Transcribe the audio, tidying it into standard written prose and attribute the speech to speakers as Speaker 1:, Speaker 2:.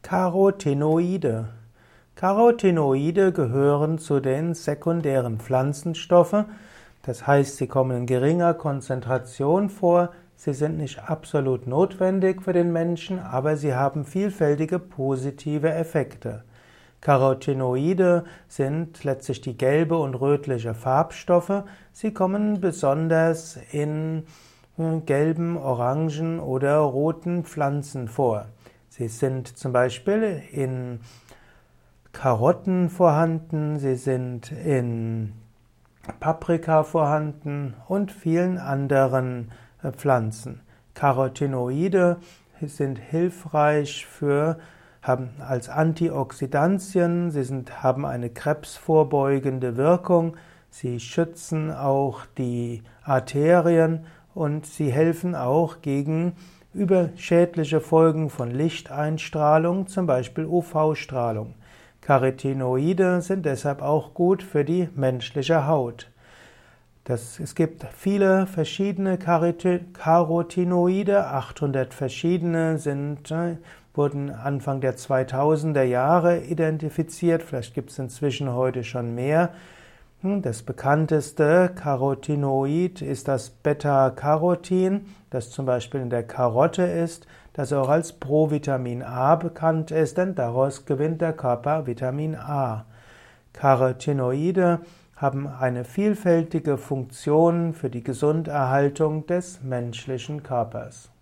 Speaker 1: Carotinoide. Carotinoide gehören zu den sekundären Pflanzenstoffen. Das heißt, sie kommen in geringer Konzentration vor. Sie sind nicht absolut notwendig für den Menschen, aber sie haben vielfältige positive Effekte. Carotinoide sind letztlich die gelbe und rötliche Farbstoffe. Sie kommen besonders in gelben, orangen oder roten Pflanzen vor. Sie sind zum Beispiel in Karotten vorhanden, sie sind in Paprika vorhanden und vielen anderen Pflanzen. Carotinoide sind hilfreich haben als Antioxidantien, haben eine krebsvorbeugende Wirkung, sie schützen auch die Arterien und sie helfen auch gegen schädliche Folgen von Lichteinstrahlung, zum Beispiel UV-Strahlung. Carotinoide sind deshalb auch gut für die menschliche Haut. Es gibt viele verschiedene Carotinoide, 800 verschiedene wurden Anfang der 2000er Jahre identifiziert, vielleicht gibt es inzwischen heute schon mehr. Das bekannteste Carotinoid ist das Beta-Carotin, das zum Beispiel in der Karotte ist, das auch als Provitamin A bekannt ist, denn daraus gewinnt der Körper Vitamin A. Carotinoide haben eine vielfältige Funktion für die Gesunderhaltung des menschlichen Körpers.